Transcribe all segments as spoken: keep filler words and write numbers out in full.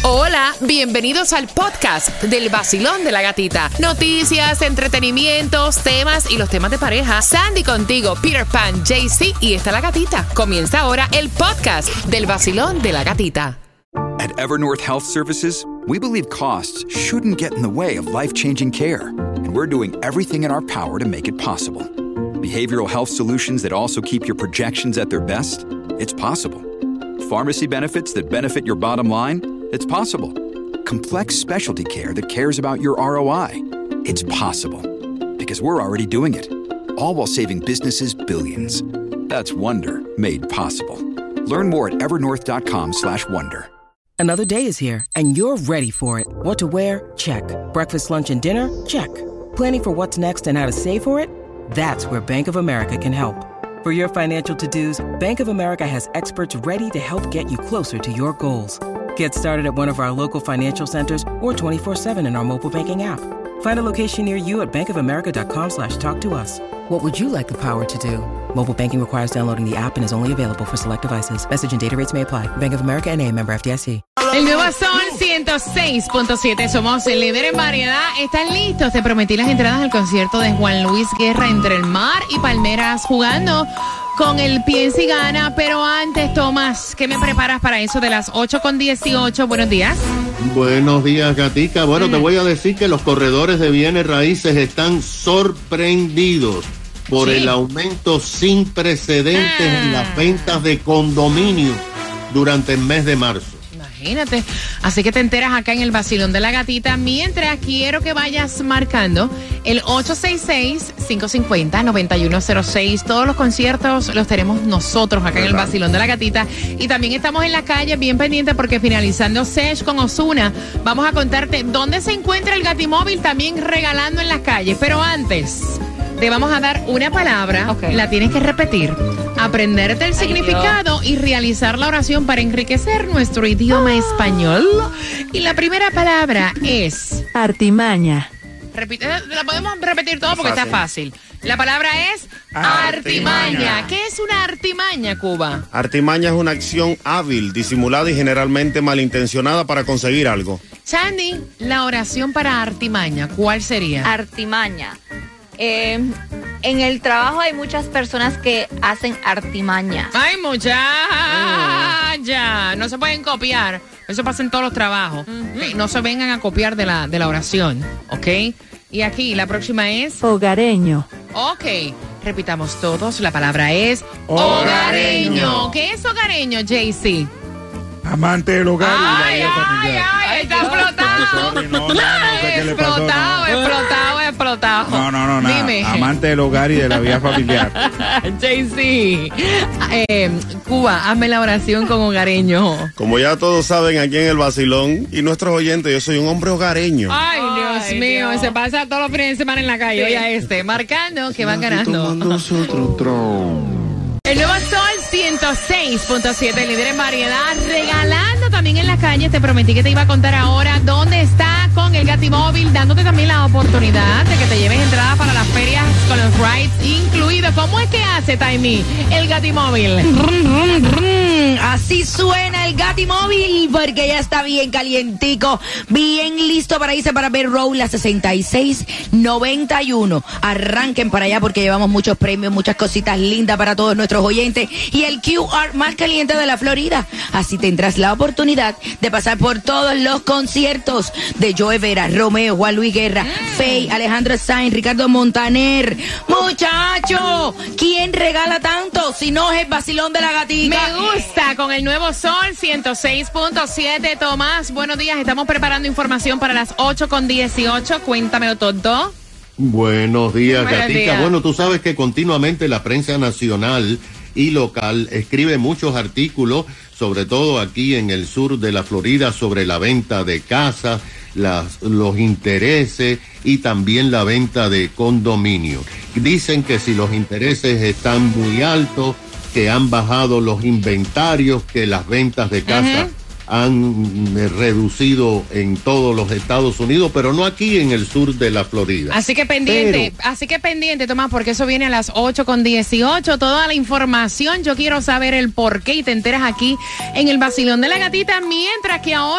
Hola, bienvenidos al podcast del Vacilón de la Gatita. Noticias, entretenimientos, temas y los temas de pareja. Sandy contigo, Peter Pan, Jay-Z y está la gatita. Comienza ahora el podcast del Vacilón de la Gatita. At Evernorth Health Services, we believe costs shouldn't get in the way of life-changing care, and we're doing everything in our power to make it possible. Behavioral health solutions that also keep your projections at their best? It's possible. Pharmacy benefits that benefit your bottom line? It's possible. Complex specialty care that cares about your R O I? It's possible. Because we're already doing it. All while saving businesses billions. That's Wonder made possible. Learn more at evernorth.com slash wonder. Another day is here, and you're ready for it. What to wear? Check. Breakfast, lunch, and dinner? Check. Planning for what's next and how to save for it? That's where Bank of America can help. For your financial to-dos, Bank of America has experts ready to help get you closer to your goals. Get started at one of our local financial centers or twenty-four seven in our mobile banking app. Find a location near you at bankofamerica.com slash talk to us. What would you like the power to do? Mobile banking requires downloading the app and is only available for select devices. Message and data rates may apply. Bank of America N A, member F D I C. El nuevo Sol ciento seis punto siete. Somos el líder en variedad. ¿Están listos? Te prometí las entradas al concierto de Juan Luis Guerra entre el mar y palmeras jugando con el Piensa y Gana. Pero antes, Tomás, ¿qué me preparas para eso de las ocho con dieciocho? Buenos días. Buenos días, Gatica. Bueno, mm. te voy a decir que los corredores de bienes raíces están sorprendidos por sí. el aumento sin precedentes ah. en las ventas de condominio durante el mes de marzo. Imagínate. Así que te enteras acá en el Vacilón de la Gatita. Mientras, quiero que vayas marcando el ocho seis seis, cinco cinco cero, nueve uno cero seis. Todos los conciertos los tenemos nosotros acá en el Vacilón de la Gatita. Y también estamos en la calle bien pendiente porque finalizando Sesh con Ozuna, vamos a contarte dónde se encuentra el Gatimóvil también regalando en las calles. Pero antes, te vamos a dar una palabra, okay. La tienes que repetir, aprenderte el Ay, significado Dios. Y realizar la oración para enriquecer nuestro idioma ah. español. Y la primera palabra es artimaña. Repite, la podemos repetir todo porque fácil. Está fácil. La palabra es artimaña. artimaña. ¿Qué es una artimaña, Cuba? Artimaña es una acción hábil, disimulada y generalmente malintencionada para conseguir algo. Chandy, la oración para artimaña, ¿cuál sería? Artimaña. Eh, en el trabajo hay muchas personas que hacen artimañas. ¡Ay, muchacha! No se pueden copiar. Eso pasa en todos los trabajos. Uh-huh. Okay, no se vengan a copiar de la, de la oración, ¿ok? Y aquí, la próxima es... hogareño. Ok, repitamos todos. La palabra es hogareño. hogareño. ¿Qué es hogareño, Jay-Z? Amante del hogar. Ay, ay, ay, ay, está explotado. No, no, no, no sé qué le pasó, explotado, no. explotado, explotado. No, no, no, nada. Dime. Amante del hogar y de la vida familiar. Jay-Z. Eh, Cuba, hazme la oración con hogareño. Como ya todos saben, aquí en el Vacilón y nuestros oyentes, yo soy un hombre hogareño. Ay, Dios Ay, mío, Dios. Se pasa todos los fines de semana en la calle. Sí. Oye, este, marcando que van ganando. El nuevo Sol ciento seis punto siete, líder en variedad, regalando también en la calle. Te prometí que te iba a contar ahora dónde está con el Gatimóvil, dándote también la oportunidad de que te lleves entrada para las ferias con los rides incluidos. ¿Cómo es que hace, Taimi, el Gatimóvil? Brum, brum, brum. Así suena el Gatimóvil, porque ya está bien calientico, bien listo para irse para ver Roll a sesenta y seis noventa y uno. Arranquen para allá porque llevamos muchos premios, muchas cositas lindas para todos nuestros oyentes y el Q R más caliente de la Florida. Así tendrás la oportunidad de pasar por todos los conciertos de Joe Vera, Romeo, Juan Luis Guerra, mm. Faye, Alejandro Sainz, Ricardo Montaner. Muchacho, ¿quién regala tanto si no es el Vacilón de la Gatita? Me gusta, con el nuevo Sol ciento seis punto siete. Tomás, buenos días. Estamos preparando información para las ocho con dieciocho. Cuéntamelo todo. Buenos días, Buenos Gatica. días. Bueno, tú sabes que continuamente la prensa nacional y local escribe muchos artículos, sobre todo aquí en el sur de la Florida, sobre la venta de casas, las, los intereses y también la venta de condominios. Dicen que si los intereses están muy altos, que han bajado los inventarios, que las ventas de casas uh-huh. han eh, reducido en todos los Estados Unidos, pero no aquí en el sur de la Florida. Así que pendiente, pero, así que pendiente, Tomás, porque eso viene a las ocho con dieciocho. Toda la información, yo quiero saber el por qué y te enteras aquí en el Vacilón de la Gatita, mientras que ahora vamos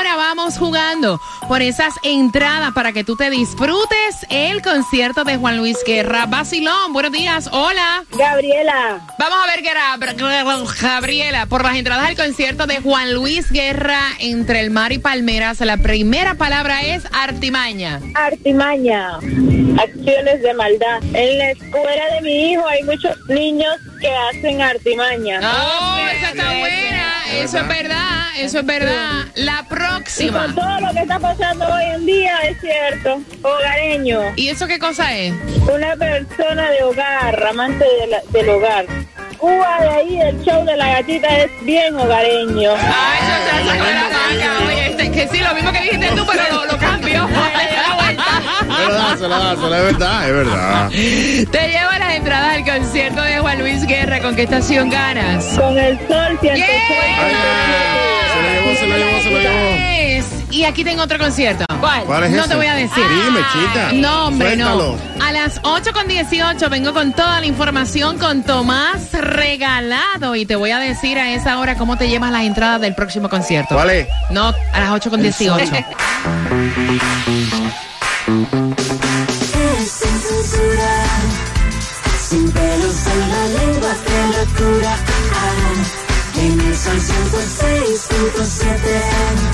estamos jugando por esas entradas para que tú te disfrutes el concierto de Juan Luis Guerra. Vacilón, buenos días, hola. Gabriela. Vamos a ver, Gabriela, por las entradas al concierto de Juan Luis Guerra Entre el Mar y Palmeras, la primera palabra es artimaña. Artimaña, acciones de maldad. En la escuela de mi hijo hay muchos niños que hacen artimaña. Oh, esa está buena, eso es verdad, eso es verdad. La próxima. Y con todo lo que está pasando hoy en día, es cierto, hogareño. ¿Y eso qué cosa es? Una persona de hogar, amante de la, del hogar. Cuba de ahí, el show de la gatita es bien hogareño. Ay, yo te saco la vaca, oye, este, que sí, lo mismo que dijiste tú, pero lo, lo cambió. Es verdad, se la da, se la es verdad, es verdad. Te llevo las entradas al concierto de Juan Luis Guerra. ¿Con qué estación ganas? Con el Sol ciento seis. Se lo llevó, se lo llevó, se lo llevó. Y aquí tengo otro concierto. ¿Cuál? ¿Cuál es no ese? te voy a decir. Dime, chica. No, hombre, Suéltalo. no. A las ocho con dieciocho vengo con toda la información con Tomás Regalado. Y te voy a decir a esa hora cómo te llevas las entradas del próximo concierto. ¿Cuál es? No, a las ocho con dieciocho. Sin censura, sin pelos en la lengua, qué locura. Ah, en el Sol ciento seis punto siete.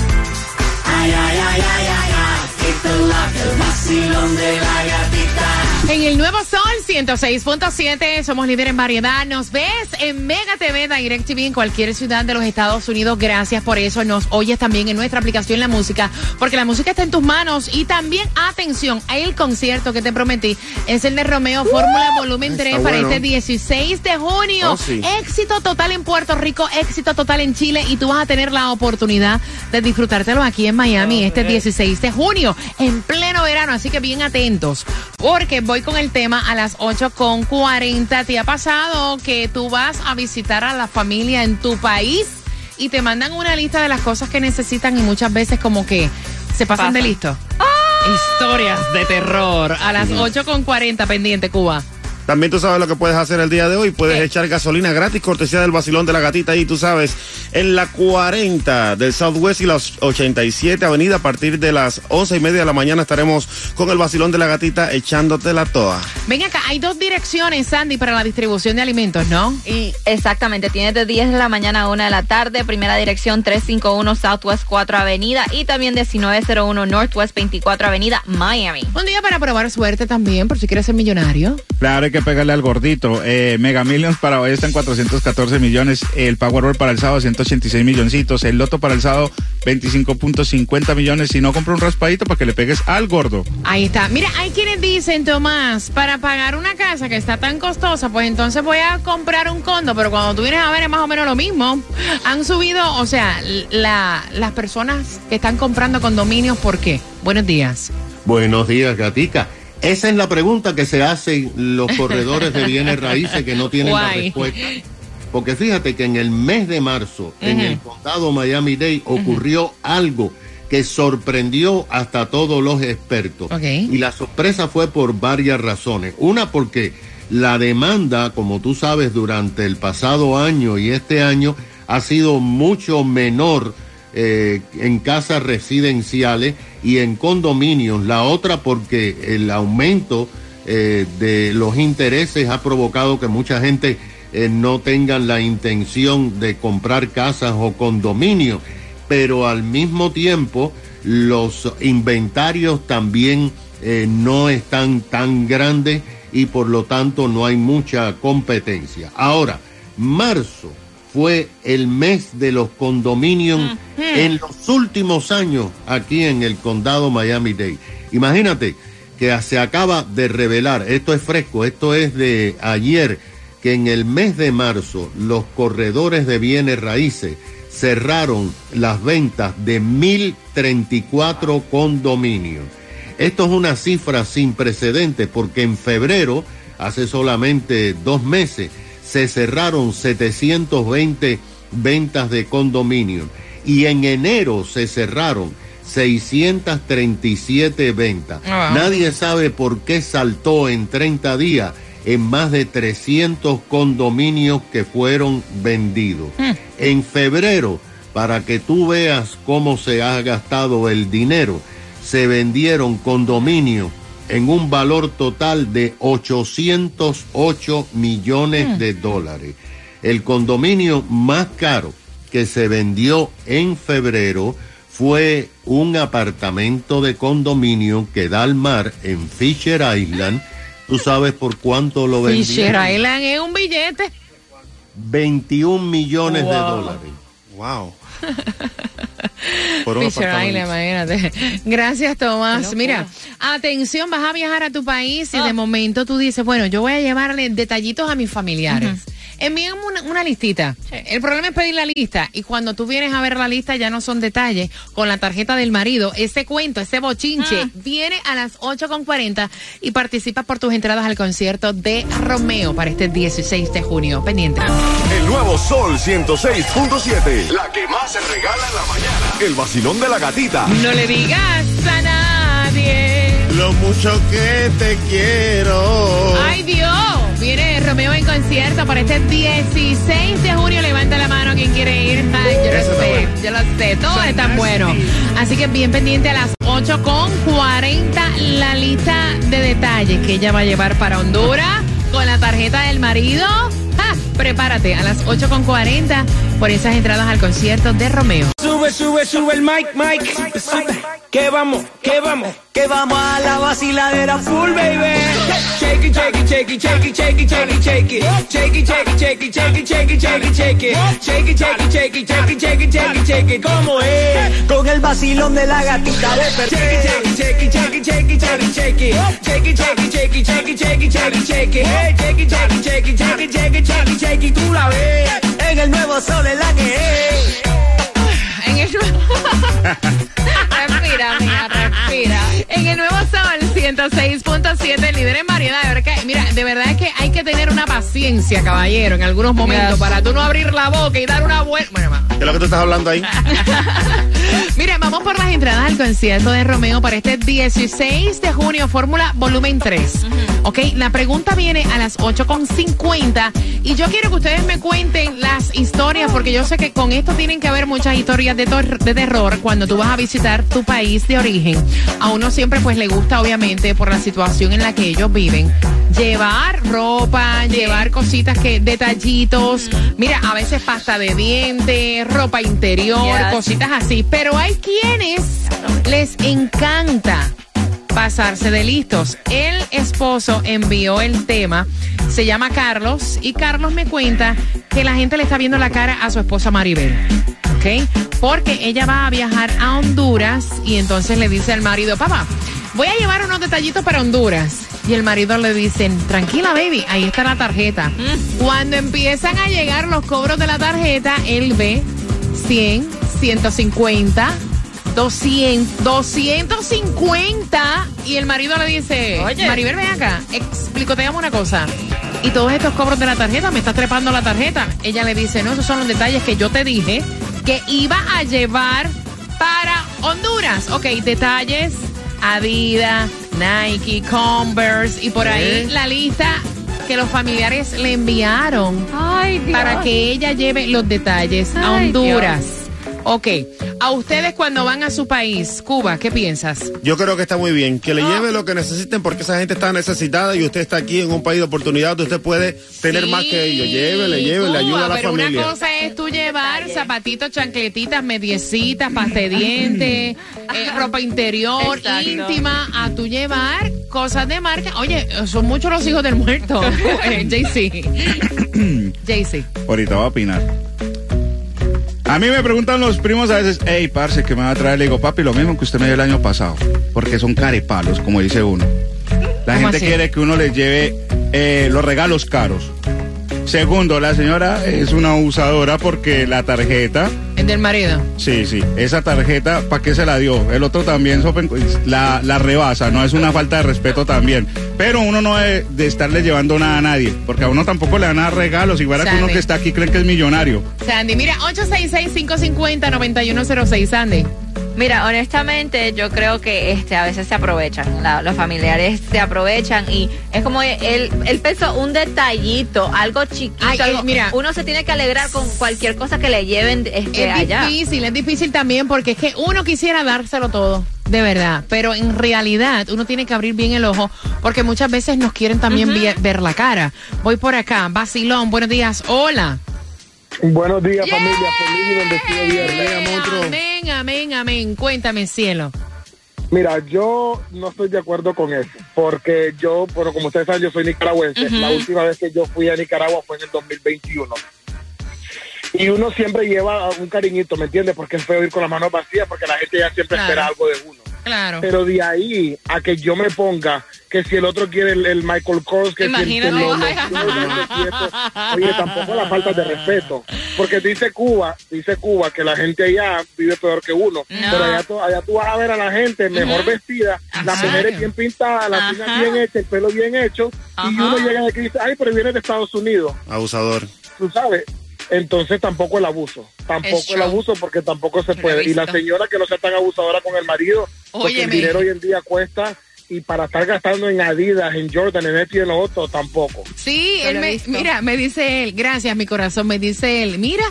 Ay, ay, ay, ay, ay, ay, quita la el vacilón de la gatita. En el nuevo Sol ciento seis punto siete somos líderes en variedad. Nos ves en Mega T V, DirecTV en cualquier ciudad de los Estados Unidos. Gracias por eso. Nos oyes también en nuestra aplicación La Música, porque la música está en tus manos. Y también, atención, el concierto que te prometí es el de Romeo Fórmula Volumen tres para bueno. este dieciséis de junio. Oh, sí. Éxito total en Puerto Rico, éxito total en Chile, y tú vas a tener la oportunidad de disfrutártelo aquí en Miami este dieciséis de junio, en pleno verano. Así que bien atentos, porque voy con el tema a las ocho con cuarenta. ¿Te ha pasado que tú vas a visitar a la familia en tu país y te mandan una lista de las cosas que necesitan y muchas veces como que se pasan Pasa. de listo? Historias de terror a las ocho con cuarenta, pendiente, Cuba. También tú sabes lo que puedes hacer el día de hoy. Puedes ¿Qué? echar gasolina gratis, cortesía del vacilón de la gatita. Y tú sabes, en la cuarenta del Southwest y la ochenta y siete Avenida, a partir de las once y media de la mañana estaremos con el vacilón de la gatita echándotela toda. Ven acá, hay dos direcciones, Sandy, para la distribución de alimentos, ¿no? Y exactamente, tienes de diez de la mañana a una de la tarde, primera dirección trescientos cincuenta y uno Southwest cuatro Avenida y también diecinueve cero uno Northwest veinticuatro Avenida, Miami. Un día para probar suerte también, por si quieres ser millonario. Claro, hay que pegarle al gordito. Eh, Mega Millions para hoy está en cuatrocientos catorce millones. El Powerball para el sábado, ciento ochenta y seis milloncitos. El Loto para el sábado, veinticinco punto cincuenta millones. Si no, compra un raspadito para que le pegues al gordo. Ahí está. Mira, hay quienes dicen, Tomás, para pagar una casa que está tan costosa, pues entonces voy a comprar un condo. Pero cuando tú vienes a ver es más o menos lo mismo. Han subido, o sea, la, las personas que están comprando condominios, ¿por qué? Buenos días. Buenos días, gatica. Esa es la pregunta que se hacen los corredores de bienes raíces que no tienen la Guay. respuesta. Porque fíjate que en el mes de marzo, uh-huh. en el condado Miami-Dade, ocurrió uh-huh. algo que sorprendió hasta todos los expertos. Okay. Y la sorpresa fue por varias razones. Una, porque la demanda, como tú sabes, durante el pasado año y este año ha sido mucho menor eh, en casas residenciales y en condominios. La otra, porque el aumento eh, de los intereses ha provocado que mucha gente eh, no tengan la intención de comprar casas o condominios, pero al mismo tiempo los inventarios también eh, no están tan grandes y por lo tanto no hay mucha competencia. Ahora, marzo fue el mes de los condominios uh-huh. en los últimos años aquí en el condado Miami-Dade. Imagínate que se acaba de revelar, esto es fresco, esto es de ayer, que en el mes de marzo los corredores de bienes raíces cerraron las ventas de mil treinta y cuatro condominios. Esto es una cifra sin precedentes porque en febrero, hace solamente dos meses, se cerraron setecientas veinte ventas de condominios y en enero se cerraron seiscientas treinta y siete ventas. Oh. Nadie sabe por qué saltó en treinta días en más de trescientos condominios que fueron vendidos. Mm. En febrero para que tú veas cómo se ha gastado el dinero. Se vendieron condominios en un valor total de ochocientos ocho millones mm. de dólares. El condominio más caro que se vendió en febrero fue un apartamento de condominio que da al mar en Fisher Island. ¿Tú sabes por cuánto lo vendieron? Fisher Island es un billete. veintiún millones wow. de dólares. Wow. Por Fisher Island, imagínate. Gracias, Tomás. Mira, atención, vas a viajar a tu país y oh. de momento tú dices, bueno, yo voy a llevarle detallitos a mis familiares. Uh-huh. Envíen una, una listita. Sí. El problema es pedir la lista y cuando tú vienes a ver la lista ya no son detalles. Con la tarjeta del marido, ese cuento, ese bochinche, ah. viene a las ocho con cuarenta y participa por tus entradas al concierto de Romeo para este dieciséis de junio. Pendiente. El nuevo Sol ciento seis punto siete. La que más se regala en la mañana. El vacilón de la gatita. No le digas a nadie lo mucho que te quiero. ¡Ay, Dios! Viene Romeo en concierto para este dieciséis de junio. Levanta la mano quien quiere ir. Ay, yo lo sé, yo lo sé. Todo es tan bueno. Así que bien pendiente a las ocho con cuarenta la lista de detalles que ella va a llevar para Honduras con la tarjeta del marido. ¡Ja! Prepárate a las ocho con cuarenta por esas entradas al concierto de Romeo. Sube, sube, sube el mic, mic. Sube. Que vamos, que vamos, que vamos a la vaciladera full, baby. Shake it, shake it, shake it, shake it, shake it, shake it, shake it. Shake it, shake it, shake it, shake it, shake it, shake it, shake it. Shake it, shake it, shake it, shake it, shake it, shake it, shake it. ¿Cómo es? Con el vacilón de la gatita de Perfecto. Shake it, shake it, shake it, shake it, shake it, shake it. Shake it, shake it, shake it, shake it, shake it, shake it, shake it. Shake it, shake it, shake it, shake it, shake it, shake it, shake it. Tú la ves en el nuevo Sol es la que es. En el respira, mira, respira. En el nuevo Sol ciento seis punto siete, líder en variedad. De verdad que, mira, de verdad es que hay que tener una paciencia, caballero, en algunos momentos, yes. para tú no abrir la boca y dar una vuelta. Bueno, ¿qué es lo que tú estás hablando ahí? Mira, vamos por las entradas al concierto de Romeo para este dieciséis de junio, Fórmula Volumen tres. Uh-huh. Ok, la pregunta viene a las ocho con cincuenta y yo quiero que ustedes me cuenten las historias, porque yo sé que con esto tienen que haber muchas historias de, tor- de terror cuando tú vas a visitar tu país de origen. A uno siempre pues le gusta, obviamente, por la situación en la que ellos viven, llevar ropa, sí. llevar cositas que, detallitos, mm. mira, a veces pasta de dientes, ropa interior, yes. cositas así, pero hay quienes les encanta pasarse de listos. El esposo envió el tema, se llama Carlos, y Carlos me cuenta que la gente le está viendo la cara a su esposa Maribel, ¿ok? Porque ella va a viajar a Honduras y entonces le dice al marido, papá, voy a llevar unos detallitos para Honduras. Y el marido le dice, tranquila, baby, ahí está la tarjeta. Mm. Cuando empiezan a llegar los cobros de la tarjeta, él ve cien, ciento cincuenta, doscientos, doscientos cincuenta. Y el marido le dice, oye, Maribel, ven acá, explícate una cosa. Y todos estos cobros de la tarjeta, me estás trepando la tarjeta. Ella le dice, no, esos son los detalles que yo te dije que iba a llevar para Honduras. Ok, detalles, Adidas, Nike, Converse y por ahí ¿Eh? la lista que los familiares le enviaron. Ay, Dios. Para que ella lleve los detalles Ay, a Honduras. Dios. Ok, a ustedes cuando van a su país, Cuba, ¿qué piensas? Yo creo que está muy bien, que le oh. lleve lo que necesiten porque esa gente está necesitada y usted está aquí en un país de oportunidad donde usted puede tener sí, más que ellos. Llévele, llévele, Cuba, ayuda a la pero familia. Pero una cosa es tú llevar zapatitos, chancletitas, mediecitas, pasta de dientes, eh, ropa interior, Exacto. íntima, a tú llevar cosas de marca. Oye, son muchos los hijos del muerto. eh, Jay-Z. Jay-Z. Ahorita va a opinar. A mí me preguntan los primos a veces, hey, parce, ¿qué me va a traer? Le digo, papi, lo mismo que usted me dio el año pasado, porque son carepalos, como dice uno. La gente así? quiere que uno les lleve eh, los regalos caros. Segundo, la señora es una abusadora porque la tarjeta... ¿Es del marido? Sí, sí. Esa tarjeta, ¿para qué se la dio? El otro también la, la rebasa, ¿no? Es una falta de respeto también. Pero uno no debe de estarle llevando nada a nadie, porque a uno tampoco le dan a regalos, igual a que uno que está aquí creen que es millonario. Sandy, mira, ocho seis seis, cinco cinco cero, nueve uno cero seis, Sandy. Mira, honestamente, yo creo que este a veces se aprovechan, la, los familiares se aprovechan y es como él, él pensó un detallito, algo chiquito. Ay, algo, mira, uno se tiene que alegrar con cualquier cosa que le lleven este, es allá. Es difícil, es difícil también porque es que uno quisiera dárselo todo. De verdad, pero en realidad uno tiene que abrir bien el ojo porque muchas veces nos quieren también uh-huh. ver, ver la cara. Voy por acá, Vacilón, buenos días, hola. Buenos días, yeah. familia, feliz y bendecido viernes. Amén, amén, amén, cuéntame, cielo. Mira, yo no estoy de acuerdo con eso, porque yo, bueno, como ustedes saben, yo soy nicaragüense. Uh-huh. La última vez que yo fui a Nicaragua fue en el dos mil veintiuno. Y uno siempre lleva un cariñito, ¿me entiendes? Porque es feo ir con las manos vacías, porque la gente ya siempre claro. espera algo de uno. Claro. Pero de ahí a que yo me ponga que si el otro quiere el, el Michael Kors, que Imagínate. si el, el, el, el, oye, tampoco la falta de respeto. Porque dice Cuba, dice Cuba que la gente allá vive peor que uno. No. Pero allá tú, allá tú vas a ver a la gente mejor uh-huh. vestida, Ajá. las mujeres bien pintadas, las uñas bien hechas, el pelo bien hecho, Ajá. y uno llega aquí y dice, ay, pero viene de Estados Unidos. Abusador. Tú sabes. Entonces tampoco el abuso, tampoco el abuso porque tampoco se puede. Y la señora que no sea tan abusadora con el marido, porque Óyeme. el dinero hoy en día cuesta y para estar gastando en Adidas, en Jordan, en esto y en lo otro, tampoco. Sí, él me, mira, me dice él, gracias mi corazón, me dice él, mira,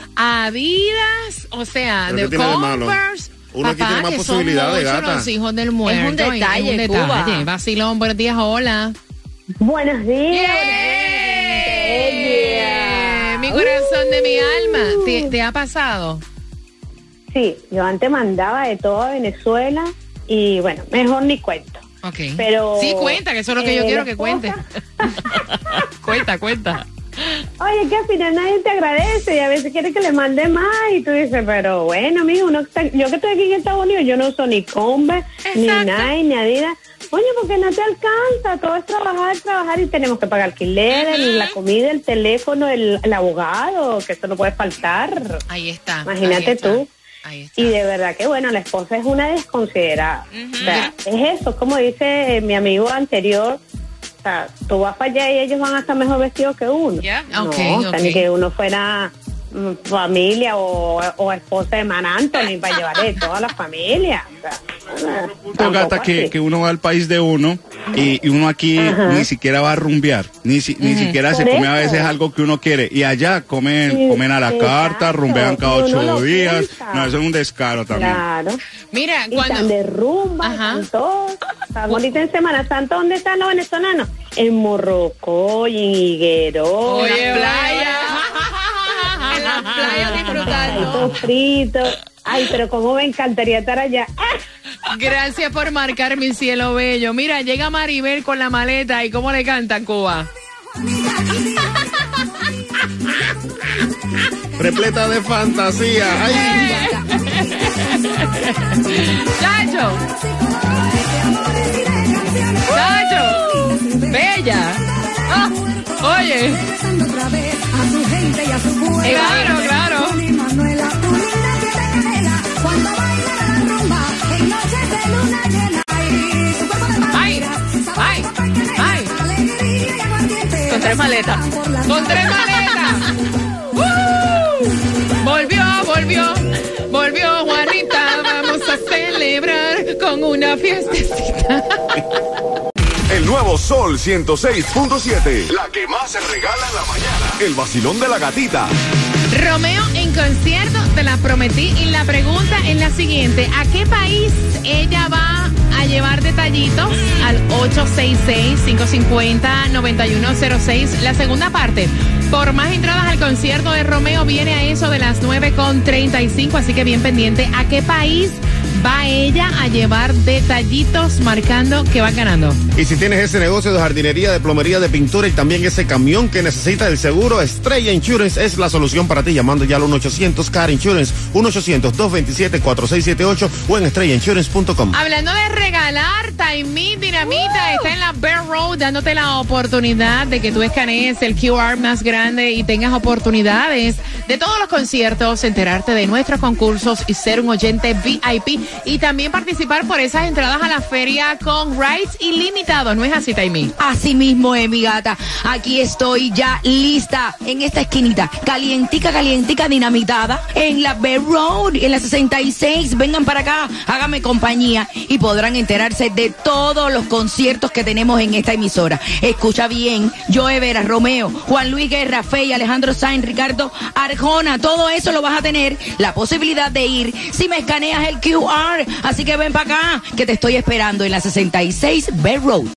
Adidas, o sea, de Converse. Uno aquí tiene más posibilidades, gata. Los hijos del muerto. Es un detalle, es un detalle. Cuba. Vacilón, buenos días, hola. Buenos días. Yeah. Yeah. Mi corazón uh. de mi alma, ¿Te, ¿te ha pasado? Sí, yo antes mandaba de todo a Venezuela y bueno, mejor ni cuento. Okay. Pero sí, cuenta, que eso es lo que eh, yo quiero que cuente. cuenta, cuenta. Oye, que al final nadie te agradece y a veces quiere que le mande más y tú dices, pero bueno, amigo, uno está, yo que estoy aquí en Estados Unidos, yo no uso ni Converse, ni Nike, ni Adidas. Oye, porque no te alcanza, todo es trabajar, trabajar y tenemos que pagar alquiler, uh-huh. la comida, el teléfono, el, el abogado, que eso no puede faltar. Ahí está. Imagínate ahí está, tú. Ahí está. Y de verdad que bueno, la esposa es una desconsiderada. Uh-huh. O sea, es eso, como dice mi amigo anterior, o sea, tú vas para allá y ellos van a estar mejor vestidos que uno. Yeah. No, Okay, o sea, okay. ni que uno fuera familia o, o esposa de Man Anthony para llevarle toda la familia. O sea, no, gata, que, que uno va al país de uno y, y uno aquí Ajá. ni siquiera va a rumbear, ni, si, ni uh-huh. siquiera Por se come eso. a veces algo que uno quiere. Y allá comen, sí, comen a la exacto. carta, rumbean cada ocho días. No, eso es un descaro también. Claro. Mira, y cuando... están de rumba, están todos. Ahorita en Semana Santa, ¿dónde están los venezolanos? En Morrocoy, en Higuero. Oye, en la playa. En la playa disfrutando. Todo frito. Ay, pero cómo me encantaría estar allá. Gracias por marcar mi cielo bello. Mira, llega Maribel con la maleta y cómo le canta Cuba. Repleta de fantasía. Ay. Chacho. Chacho. Bella. Ah, oye. Claro, claro. Ay, ay, ay. Con tres maletas. Con tres maletas. ¡Uh! Volvió, volvió, volvió Juanita. Vamos a celebrar con una fiestecita. El nuevo Sol ciento seis punto siete. La que más se regala en la mañana. El vacilón de la gatita. Romeo en concierto, te la prometí. Y la pregunta es la siguiente: ¿a qué país ella va a llevar detallitos? Al ocho seis seis, cinco cinco cero, nueve uno cero seis. La segunda parte. Por más entradas al concierto de Romeo viene a eso de las nueve con treinta y cinco. Así que bien pendiente. ¿A qué país va ella a llevar detallitos marcando que va ganando? Y si tienes ese negocio de jardinería, de plomería, de pintura y también ese camión que necesita el seguro, Estrella Insurance es la solución para ti. Llamando ya al uno ochocientos Car Insurance, uno ochocientos, dos veintisiete, cuatro seis siete ocho o en estrella insurance punto com. Hablando de regalar, Taimí Dinamita uh. está en la Bear Road dándote la oportunidad de que tú escanees el Q R más grande y tengas oportunidades de todos los conciertos, enterarte de nuestros concursos y ser un oyente V I P y también participar por esas entradas a la feria con rides ilimitados. ¿No es así, Taimi? Así mismo es, mi gata. Aquí estoy ya lista en esta esquinita, calientica, calientica, dinamitada, en la Bay Road, en la sesenta y seis. Vengan para acá, háganme compañía y podrán enterarse de todos los conciertos que tenemos en esta emisora. Escucha bien, Joe Vera, Romeo, Juan Luis Guerra, Fey, Alejandro Sainz, Ricardo Arjona, todo eso lo vas a tener la posibilidad de ir si me escaneas el Q R. Así que ven para acá, que te estoy esperando en la sesenta y seis Bay Road.